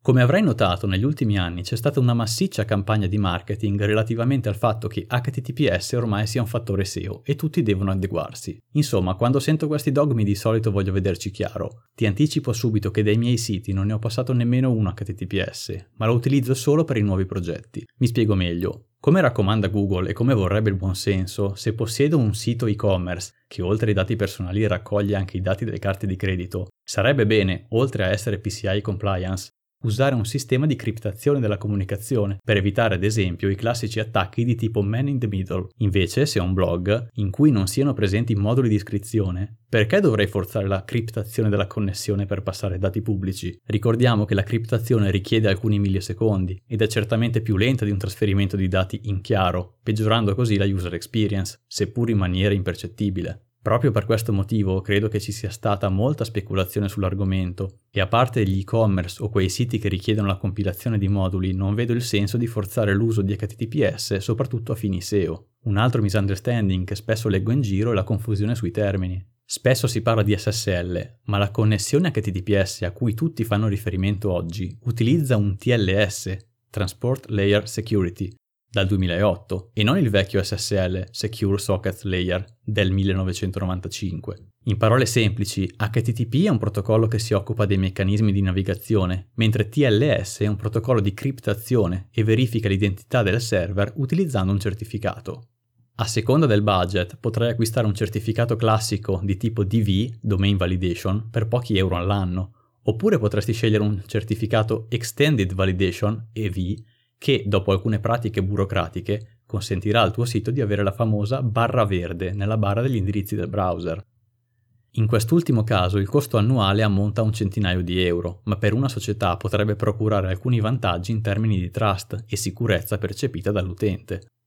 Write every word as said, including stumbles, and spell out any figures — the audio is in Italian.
Come avrai notato, negli ultimi anni c'è stata una massiccia campagna di marketing relativamente al fatto che H T T P S ormai sia un fattore S E O e tutti devono adeguarsi. Insomma, quando sento questi dogmi di solito voglio vederci chiaro. Ti anticipo subito che dai miei siti non ne ho passato nemmeno uno H T T P S, ma lo utilizzo solo per i nuovi progetti. Mi spiego meglio. Come raccomanda Google e come vorrebbe il buonsenso, se possiedo un sito e-commerce che oltre ai dati personali raccoglie anche i dati delle carte di credito, sarebbe bene, oltre a essere P C I compliance, usare un sistema di criptazione della comunicazione per evitare ad esempio i classici attacchi di tipo man in the middle. Invece, se ho un blog in cui non siano presenti moduli di iscrizione, perché dovrei forzare la criptazione della connessione per passare dati pubblici? Ricordiamo che la criptazione richiede alcuni millisecondi ed è certamente più lenta di un trasferimento di dati in chiaro, peggiorando così la user experience, seppur in maniera impercettibile. Proprio per questo motivo credo che ci sia stata molta speculazione sull'argomento e a parte gli e-commerce o quei siti che richiedono la compilazione di moduli non vedo il senso di forzare l'uso di H T T P S soprattutto a fini S E O. Un altro misunderstanding che spesso leggo in giro è la confusione sui termini. Spesso si parla di S S L, ma la connessione H T T P S a cui tutti fanno riferimento oggi utilizza un T L S, Transport Layer Security, dal duemilaotto e non il vecchio S S L, Secure Socket Layer, del millenovecentonovantacinque. In parole semplici, H T T P è un protocollo che si occupa dei meccanismi di navigazione, mentre T L S è un protocollo di criptazione e verifica l'identità del server utilizzando un certificato. A seconda del budget potrai acquistare un certificato classico di tipo D V, Domain Validation, per pochi euro all'anno, oppure potresti scegliere un certificato Extended Validation, E V, che, dopo alcune pratiche burocratiche, consentirà al tuo sito di avere la famosa barra verde nella barra degli indirizzi del browser. In quest'ultimo caso il costo annuale ammonta a un centinaio di euro, ma per una società potrebbe procurare alcuni vantaggi in termini di trust e sicurezza percepita dall'utente.